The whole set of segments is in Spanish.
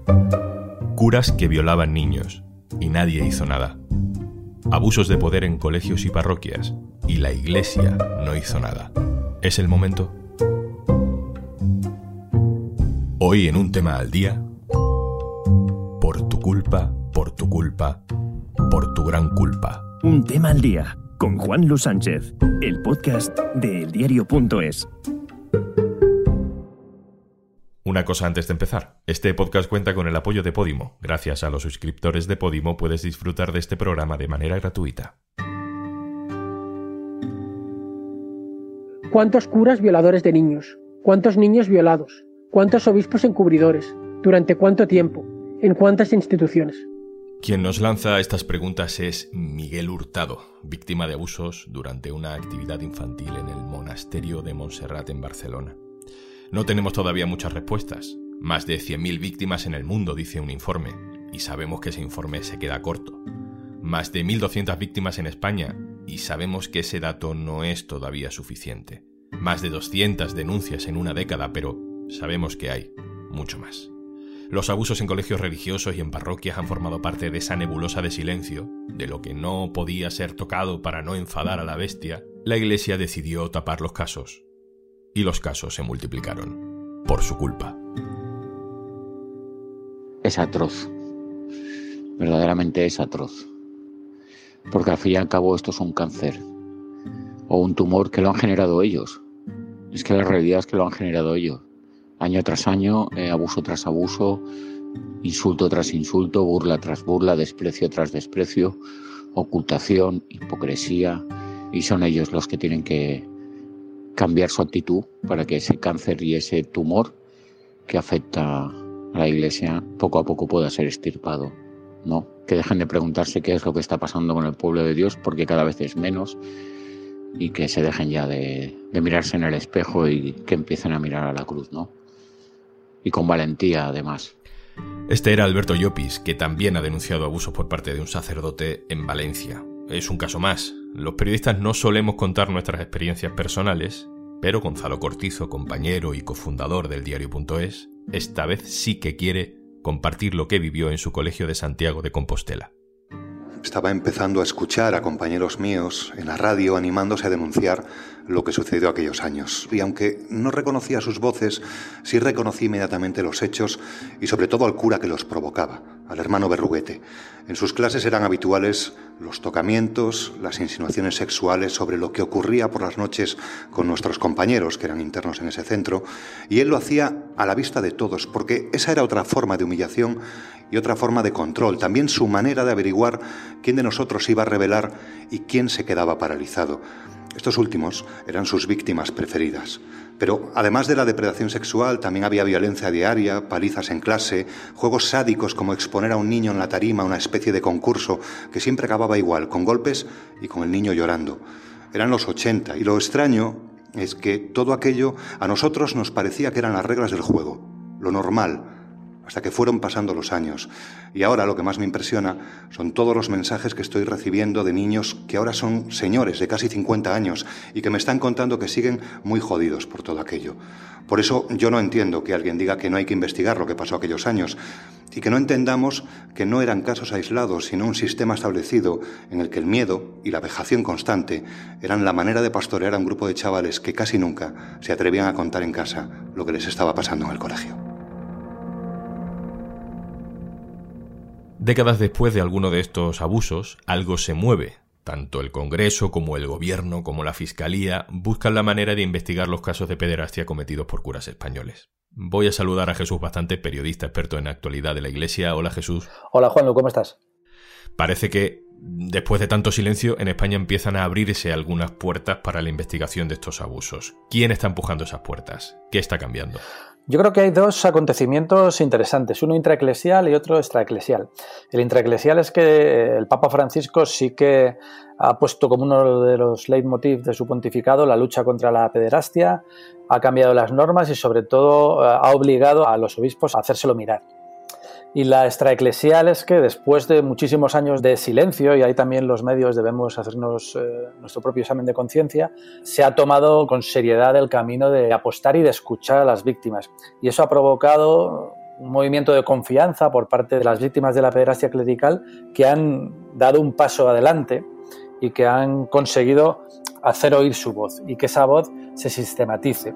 Curas que violaban niños y nadie hizo nada. Abusos de poder en colegios y parroquias y la Iglesia no hizo nada. ¿Es el momento? Hoy en Un Tema al Día, por tu culpa, por tu culpa, por tu gran culpa. Un Tema al Día, con Juan Luis Sánchez, el podcast de eldiario.es. Una cosa antes de empezar. Este podcast cuenta con el apoyo de Podimo. Gracias a los suscriptores de Podimo puedes disfrutar de este programa de manera gratuita. ¿Cuántos curas violadores de niños? ¿Cuántos niños violados? ¿Cuántos obispos encubridores? ¿Durante cuánto tiempo? ¿En cuántas instituciones? Quien nos lanza estas preguntas es Miguel Hurtado, víctima de abusos durante una actividad infantil en el monasterio de Montserrat en Barcelona. No tenemos todavía muchas respuestas. Más de 100.000 víctimas en el mundo, dice un informe, y sabemos que ese informe se queda corto. Más de 1.200 víctimas en España, y sabemos que ese dato no es todavía suficiente. Más de 200 denuncias en una década, pero sabemos que hay mucho más. Los abusos en colegios religiosos y en parroquias han formado parte de esa nebulosa de silencio, de lo que no podía ser tocado para no enfadar a la bestia. La Iglesia decidió tapar los casos. Y los casos se multiplicaron, por su culpa. Es atroz, verdaderamente es atroz, porque al fin y al cabo esto es un cáncer o un tumor que lo han generado ellos. Es que la realidad es que lo han generado ellos, año tras año, abuso tras abuso, insulto tras insulto, burla tras burla, desprecio tras desprecio, ocultación, hipocresía, y son ellos los que tienen que cambiar su actitud para que ese cáncer y ese tumor que afecta a la Iglesia poco a poco pueda ser extirpado, ¿no? Que dejen de preguntarse qué es lo que está pasando con el pueblo de Dios, porque cada vez es menos, y que se dejen ya de mirarse en el espejo y que empiecen a mirar a la cruz, ¿no? Y con valentía, además. Este era Alberto Llopis, que también ha denunciado abusos por parte de un sacerdote en Valencia. Es un caso más. Los periodistas no solemos contar nuestras experiencias personales, pero Gonzalo Cortizo, compañero y cofundador del diario.es, esta vez sí que quiere compartir lo que vivió en su colegio de Santiago de Compostela. Estaba empezando a escuchar a compañeros míos en la radio animándose a denunciar lo que sucedió aquellos años. Y aunque no reconocía sus voces, sí reconocí inmediatamente los hechos y sobre todo al cura que los provocaba, al hermano Berruguete. En sus clases eran habituales los tocamientos, las insinuaciones sexuales sobre lo que ocurría por las noches con nuestros compañeros, que eran internos en ese centro, y él lo hacía a la vista de todos, porque esa era otra forma de humillación y otra forma de control, también su manera de averiguar quién de nosotros iba a revelar y quién se quedaba paralizado. Estos últimos eran sus víctimas preferidas. Pero además de la depredación sexual, también había violencia diaria, palizas en clase, juegos sádicos como exponer a un niño en la tarima, una especie de concurso que siempre acababa igual, con golpes y con el niño llorando. Eran los 80 y lo extraño es que todo aquello a nosotros nos parecía que eran las reglas del juego, lo normal, hasta que fueron pasando los años. Y ahora lo que más me impresiona son todos los mensajes que estoy recibiendo de niños que ahora son señores de casi 50 años y que me están contando que siguen muy jodidos por todo aquello. Por eso yo no entiendo que alguien diga que no hay que investigar lo que pasó aquellos años y que no entendamos que no eran casos aislados, sino un sistema establecido en el que el miedo y la vejación constante eran la manera de pastorear a un grupo de chavales que casi nunca se atrevían a contar en casa lo que les estaba pasando en el colegio. Décadas después de alguno de estos abusos, algo se mueve. Tanto el Congreso como el Gobierno como la Fiscalía buscan la manera de investigar los casos de pederastia cometidos por curas españoles. Voy a saludar a Jesús Bastante, periodista experto en actualidad de la Iglesia. Hola, Jesús. Hola, Juanlu, ¿cómo estás? Parece que después de tanto silencio en España empiezan a abrirse algunas puertas para la investigación de estos abusos. ¿Quién está empujando esas puertas? ¿Qué está cambiando? Yo creo que hay dos acontecimientos interesantes, uno intraeclesial y otro extraeclesial. El intraeclesial es que el Papa Francisco sí que ha puesto como uno de los leitmotiv de su pontificado la lucha contra la pederastia, ha cambiado las normas y sobre todo ha obligado a los obispos a hacérselo mirar. Y la extraeclesial es que después de muchísimos años de silencio, y ahí también los medios debemos hacernos nuestro propio examen de conciencia, se ha tomado con seriedad el camino de apostar y de escuchar a las víctimas. Y eso ha provocado un movimiento de confianza por parte de las víctimas de la pederastia clerical que han dado un paso adelante y que han conseguido hacer oír su voz y que esa voz se sistematice.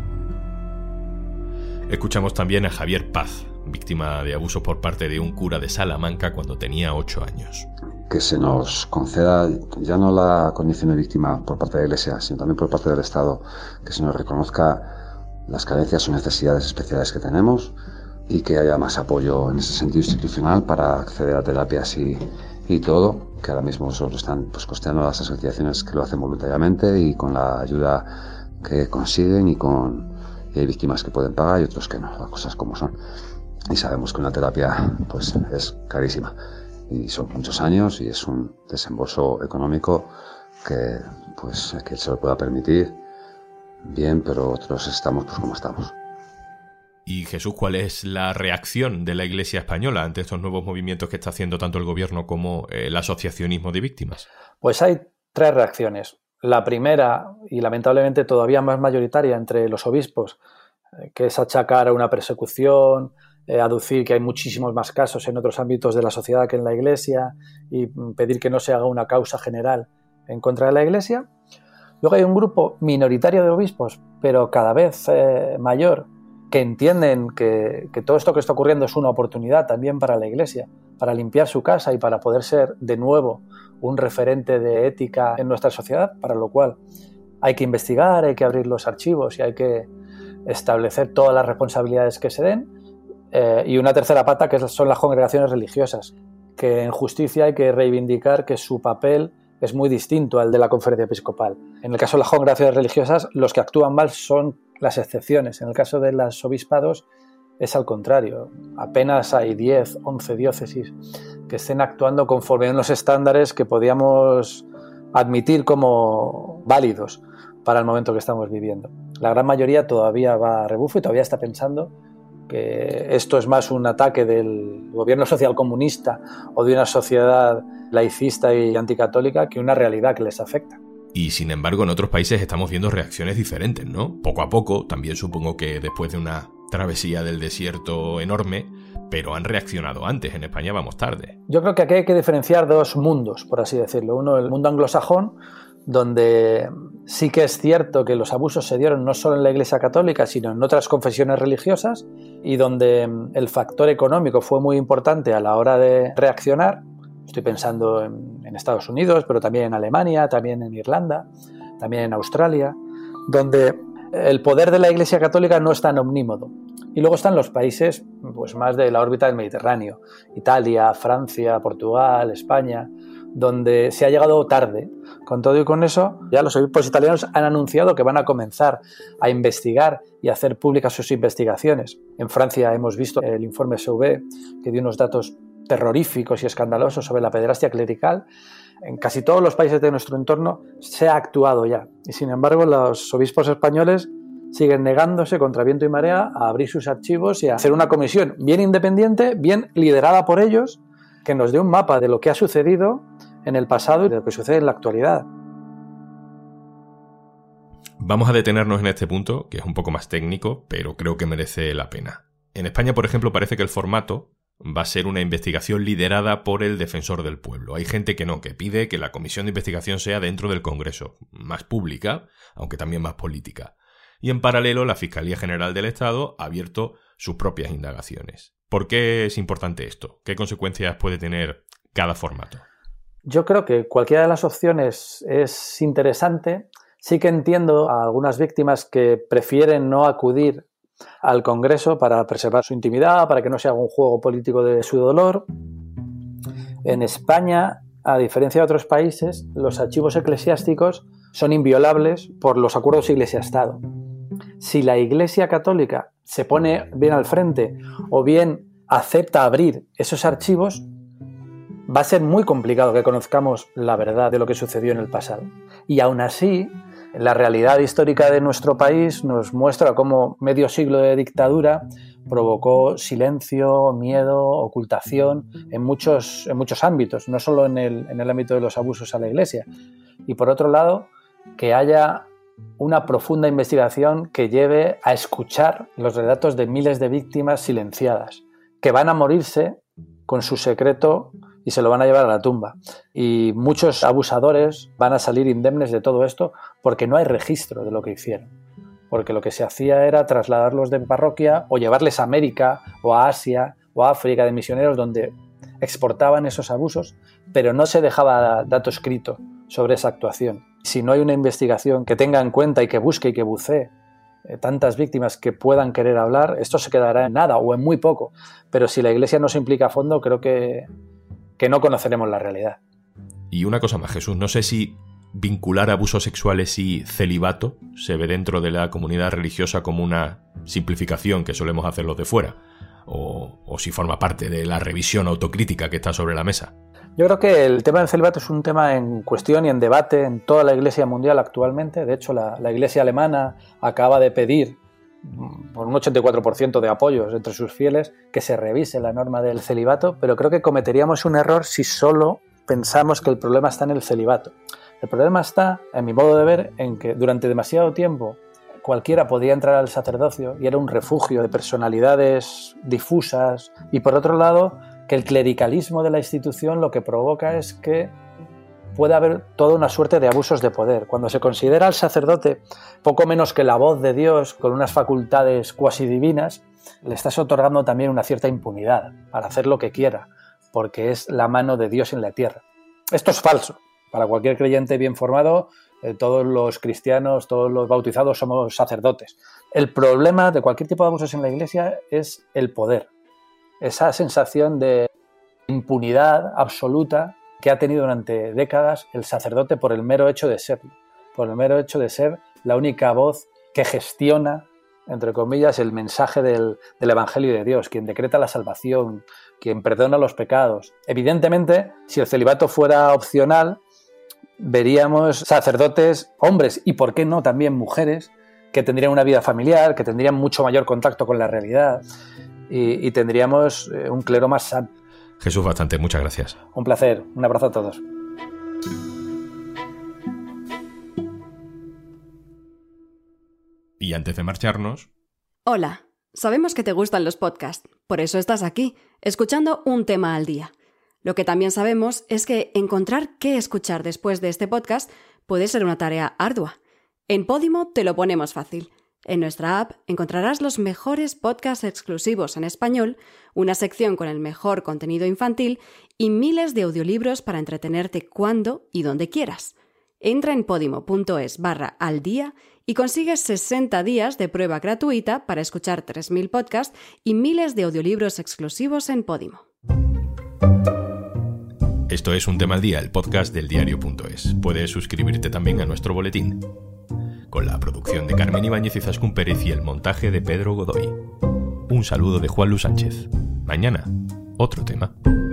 Escuchamos también a Javier Paz, víctima de abuso por parte de un cura de Salamanca cuando tenía 8 años. Que se nos conceda ya no la condición de víctima por parte de la Iglesia, sino también por parte del Estado, que se nos reconozca las carencias o necesidades especiales que tenemos y que haya más apoyo en ese sentido institucional para acceder a terapias y todo, que ahora mismo solo están costeando las asociaciones que lo hacen voluntariamente y con la ayuda que consiguen y hay víctimas que pueden pagar y otros que no, las cosas como son. Y sabemos que una terapia pues es carísima y son muchos años y es un desembolso económico que se lo pueda permitir bien, pero otros estamos pues como estamos. Y Jesús, ¿cuál es la reacción de la Iglesia española ante estos nuevos movimientos que está haciendo tanto el gobierno como el asociacionismo de víctimas? Pues hay 3 reacciones. La primera, y lamentablemente todavía más mayoritaria entre los obispos, que es achacar a una persecución, aducir que hay muchísimos más casos en otros ámbitos de la sociedad que en la Iglesia y pedir que no se haga una causa general en contra de la Iglesia. Luego hay un grupo minoritario de obispos, pero cada vez mayor, que entienden que todo esto que está ocurriendo es una oportunidad también para la Iglesia, para limpiar su casa y para poder ser de nuevo un referente de ética en nuestra sociedad, para lo cual hay que investigar, hay que abrir los archivos y hay que establecer todas las responsabilidades que se den. Y una tercera pata que son las congregaciones religiosas, que en justicia hay que reivindicar que su papel es muy distinto al de la conferencia episcopal. En el caso de las congregaciones religiosas, los que actúan mal son las excepciones. En el caso de los obispados es al contrario. Apenas hay 10, 11 diócesis que estén actuando conforme a unos estándares que podíamos admitir como válidos para el momento que estamos viviendo. La gran mayoría todavía va a rebufo y todavía está pensando que esto es más un ataque del gobierno socialcomunista o de una sociedad laicista y anticatólica que una realidad que les afecta. Y sin embargo en otros países estamos viendo reacciones diferentes, ¿no? Poco a poco, también supongo que después de una travesía del desierto enorme, pero han reaccionado antes. En España vamos tarde. Yo creo que aquí hay que diferenciar 2 mundos, por así decirlo. Uno, el mundo anglosajón, donde sí que es cierto que los abusos se dieron no solo en la Iglesia Católica, sino en otras confesiones religiosas, y donde el factor económico fue muy importante a la hora de reaccionar. Estoy pensando en Estados Unidos, pero también en Alemania, también en Irlanda, también en Australia, donde el poder de la Iglesia Católica no es tan omnímodo. Y luego están los países pues, más de la órbita del Mediterráneo, Italia, Francia, Portugal, España, donde se ha llegado tarde. Con todo y con eso, ya los obispos italianos han anunciado que van a comenzar a investigar y a hacer públicas sus investigaciones. En Francia hemos visto el informe SV, que dio unos datos terroríficos y escandalosos sobre la pederastia clerical. En casi todos los países de nuestro entorno se ha actuado ya. Y sin embargo, los obispos españoles siguen negándose contra viento y marea a abrir sus archivos y a hacer una comisión bien independiente, bien liderada por ellos, que nos dé un mapa de lo que ha sucedido en el pasado y de lo que sucede en la actualidad. Vamos a detenernos en este punto, que es un poco más técnico, pero creo que merece la pena. En España, por ejemplo, parece que el formato va a ser una investigación liderada por el defensor del pueblo. Hay gente que pide que la comisión de investigación sea dentro del Congreso, más pública, aunque también más política. Y en paralelo, la Fiscalía General del Estado ha abierto sus propias indagaciones. ¿Por qué es importante esto? ¿Qué consecuencias puede tener cada formato? Yo creo que cualquiera de las opciones es interesante. Sí que entiendo a algunas víctimas que prefieren no acudir al Congreso para preservar su intimidad, para que no se haga un juego político de su dolor. En España, a diferencia de otros países, los archivos eclesiásticos son inviolables por los acuerdos Iglesia-Estado. Si la Iglesia Católica se pone bien al frente o bien acepta abrir esos archivos, va a ser muy complicado que conozcamos la verdad de lo que sucedió en el pasado. Y aún así, la realidad histórica de nuestro país nos muestra cómo medio siglo de dictadura provocó silencio, miedo, ocultación en muchos ámbitos, no solo en el ámbito de los abusos a la Iglesia. Y por otro lado, que haya una profunda investigación que lleve a escuchar los relatos de miles de víctimas silenciadas, que van a morirse con su secreto y se lo van a llevar a la tumba. Y muchos abusadores van a salir indemnes de todo esto porque no hay registro de lo que hicieron. Porque lo que se hacía era trasladarlos de parroquia o llevarles a América o a Asia o a África de misioneros donde exportaban esos abusos, pero no se dejaba dato escrito sobre esa actuación. Si no hay una investigación que tenga en cuenta y que busque y que bucee tantas víctimas que puedan querer hablar, esto se quedará en nada o en muy poco. Pero si la Iglesia no se implica a fondo, creo que no conoceremos la realidad. Y una cosa más, Jesús, no sé si vincular abusos sexuales y celibato se ve dentro de la comunidad religiosa como una simplificación que solemos hacer los de fuera, o si forma parte de la revisión autocrítica que está sobre la mesa. Yo creo que el tema del celibato es un tema en cuestión y en debate en toda la Iglesia mundial actualmente. De hecho, la Iglesia alemana acaba de pedir, por un 84% de apoyos entre sus fieles, que se revise la norma del celibato, pero creo que cometeríamos un error si solo pensamos que el problema está en el celibato. El problema está, en mi modo de ver, en que durante demasiado tiempo cualquiera podía entrar al sacerdocio y era un refugio de personalidades difusas, y por otro lado, que el clericalismo de la institución lo que provoca es que puede haber toda una suerte de abusos de poder. Cuando se considera al sacerdote poco menos que la voz de Dios con unas facultades cuasi divinas, le estás otorgando también una cierta impunidad para hacer lo que quiera, porque es la mano de Dios en la tierra. Esto es falso. Para cualquier creyente bien formado, todos los cristianos, todos los bautizados somos sacerdotes. El problema de cualquier tipo de abusos en la Iglesia es el poder. Esa sensación de impunidad absoluta que ha tenido durante décadas el sacerdote por el mero hecho de serlo, por el mero hecho de ser la única voz que gestiona, entre comillas, el mensaje del Evangelio de Dios, quien decreta la salvación, quien perdona los pecados. Evidentemente, si el celibato fuera opcional, veríamos sacerdotes, hombres y, por qué no, también mujeres, que tendrían una vida familiar, que tendrían mucho mayor contacto con la realidad y tendríamos un clero más sano. Jesús Bastante, muchas gracias. Un placer, un abrazo a todos. Y antes de marcharnos... Hola, sabemos que te gustan los podcasts, por eso estás aquí, escuchando un tema al día. Lo que también sabemos es que encontrar qué escuchar después de este podcast puede ser una tarea ardua. En Podimo te lo ponemos fácil. En nuestra app encontrarás los mejores podcasts exclusivos en español, una sección con el mejor contenido infantil y miles de audiolibros para entretenerte cuando y donde quieras. Entra en podimo.es/aldía y consigues 60 días de prueba gratuita para escuchar 3.000 podcasts y miles de audiolibros exclusivos en Podimo. Esto es Un Tema al Día, el podcast del diario.es. Puedes suscribirte también a nuestro boletín, con la producción de Carmen Ibáñez y Zaskun Pérez y el montaje de Pedro Godoy. Un saludo de Juan Luis Sánchez. Mañana, otro tema.